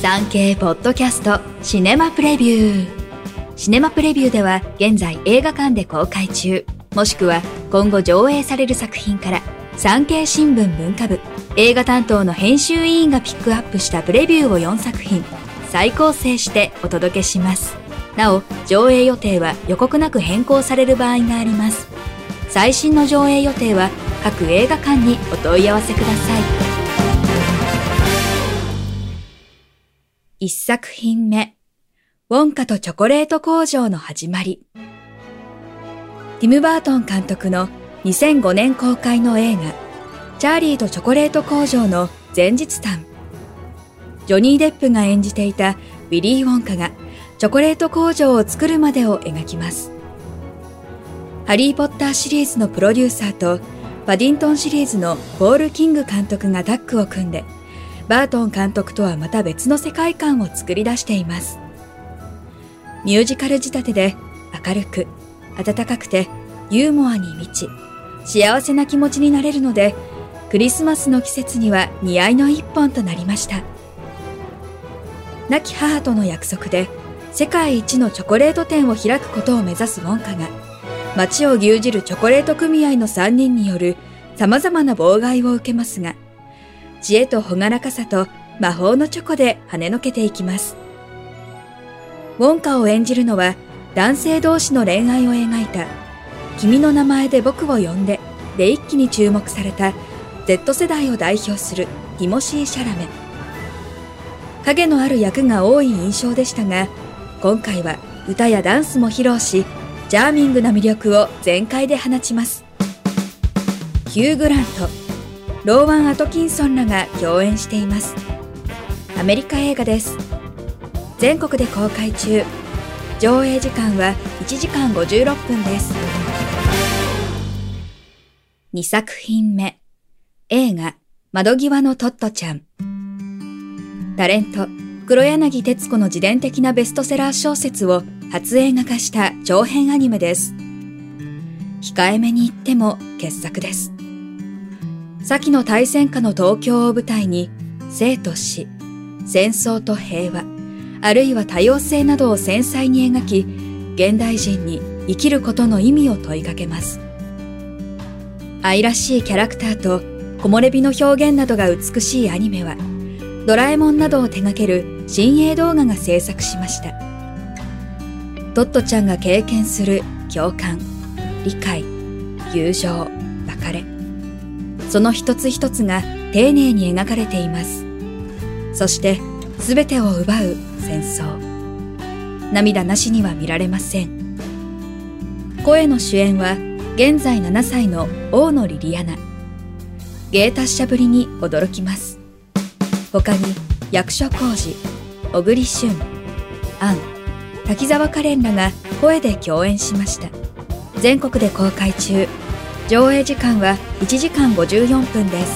産経ポッドキャストシネマプレビュー。シネマプレビューでは現在映画館で公開中、もしくは今後上映される作品から産経新聞文化部映画担当の編集委員がピックアップしたプレビューを4作品再構成してお届けします。なお、上映予定は予告なく変更される場合があります。最新の上映予定は各映画館にお問い合わせください。1作品目、ウォンカとチョコレート工場の始まり。ティム・バートン監督の2005年公開の映画、チャーリーとチョコレート工場の前日譚。ジョニー・デップが演じていたウィリー・ウォンカがチョコレート工場を作るまでを描きます。ハリー・ポッターシリーズのプロデューサーとパディントンシリーズのポール・キング監督がタッグを組んで、バートン監督とはまた別の世界観を作り出しています。ミュージカル仕立てで明るく、温かくてユーモアに満ち、幸せな気持ちになれるので、クリスマスの季節には似合いの一本となりました。亡き母との約束で世界一のチョコレート店を開くことを目指すウォンカが、街を牛耳るチョコレート組合の3人による様々な妨害を受けますが、知恵と朗らかさと魔法のチョコで跳ねのけていきます。ウォンカを演じるのは男性同士の恋愛を描いた君の名前で僕を呼んでで一気に注目された Z 世代を代表するティモシー・シャラメ。影のある役が多い印象でしたが、今回は歌やダンスも披露し、チャーミングな魅力を全開で放ちます。ヒュー・グラント、ローワン・アトキンソンらが共演しています。アメリカ映画です。全国で公開中。上映時間は1時間56分です。2作品目、映画窓際のトットちゃん。タレント黒柳徹子の自伝的なベストセラー小説を初映画化した長編アニメです。控えめに言っても傑作です。先の大戦下の東京を舞台に、生と死、戦争と平和、あるいは多様性などを繊細に描き、現代人に生きることの意味を問いかけます。愛らしいキャラクターと木漏れ日の表現などが美しいアニメは、ドラえもんなどを手掛ける新鋭動画が制作しました。トットちゃんが経験する共感、理解、友情、別れ、その一つ一つが丁寧に描かれています。そして全てを奪う戦争。涙なしには見られません。声の主演は現在7歳の大野リリアナ。芸達者ぶりに驚きます。他に役所広司、小栗旬、杏、滝沢カレンらが声で共演しました。全国で公開中。上映時間は1時間54分です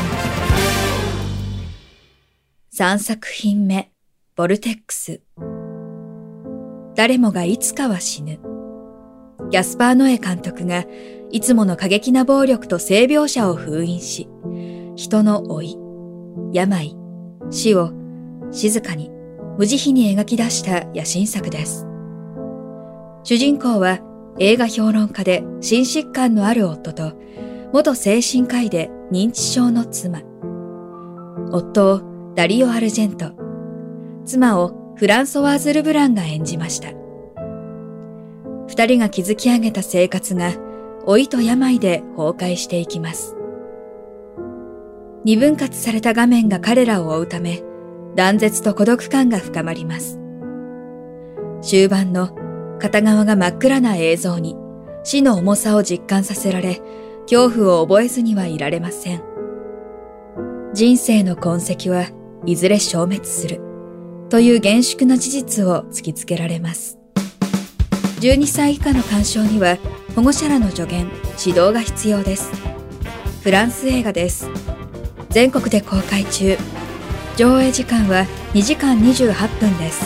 。3作品目、ボルテックス。誰もがいつかは死ぬ。ギャスパー・ノエ監督がいつもの過激な暴力と性描写を封印し、人の老い、病、死を静かに無慈悲に描き出した野心作です。主人公は映画評論家で心疾患のある夫と元精神科医で認知症の妻。夫をダリオ・アルジェント、妻をフランソワーズ・ルブランが演じました。二人が築き上げた生活が老いと病で崩壊していきます。二分割された画面が彼らを追うため、断絶と孤独感が深まります。終盤の片側が真っ暗な映像に死の重さを実感させられ、恐怖を覚えずにはいられません。人生の痕跡はいずれ消滅するという厳粛な事実を突きつけられます。12歳以下の鑑賞には保護者らの助言、指導が必要です。フランス映画です。全国で公開中。上映時間は2時間28分です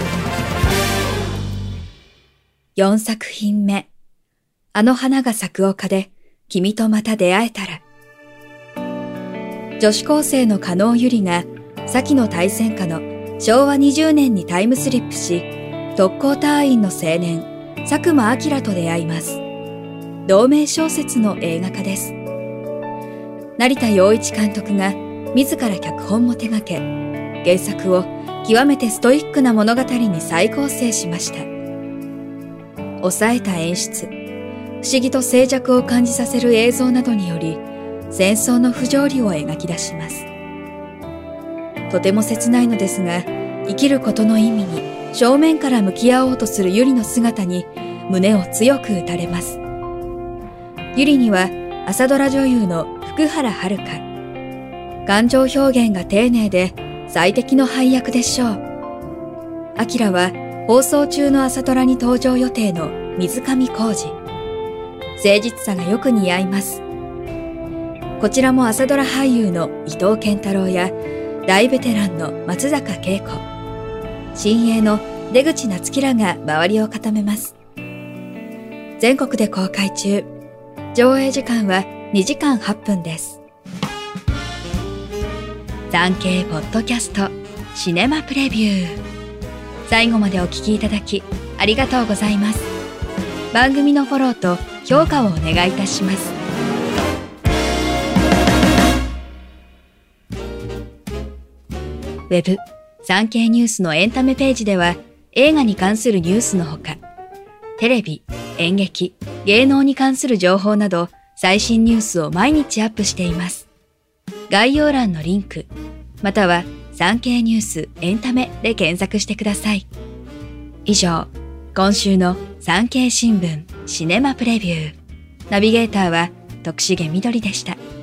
。4作品目、あの花が咲く丘で君とまた出会えたら。女子高生の加納由里が先の大戦下の昭和20年にタイムスリップし、特攻隊員の青年、佐久間明と出会います。同名小説の映画化です。成田洋一監督が自ら脚本も手掛け、原作を極めてストイックな物語に再構成しました。抑えた演出、不思議と静寂を感じさせる映像などにより、戦争の不条理を描き出します。とても切ないのですが、生きることの意味に正面から向き合おうとする百合の姿に胸を強く打たれます。百合には朝ドラ女優の福原遥、感情表現が丁寧で最適の配役でしょう。明は放送中の朝ドラに登場予定の水上浩二。誠実さがよく似合います。こちらも朝ドラ俳優の伊藤健太郎や大ベテランの松坂慶子、新鋭の出口夏希らが周りを固めます。全国で公開中。上映時間は2時間8分です。産経ポッドキャストシネマプレビュー。最後までお聞きいただきありがとうございます。番組のフォローと評価をお願いいたします。ウェブ産経ニュースのエンタメページでは映画に関するニュースのほか、テレビ、演劇、芸能に関する情報など最新ニュースを毎日アップしています。概要欄のリンク、または産経ニュースエンタメで検索してください。以上、今週の産経新聞シネマプレビュー。ナビゲーターは徳重みどりでした。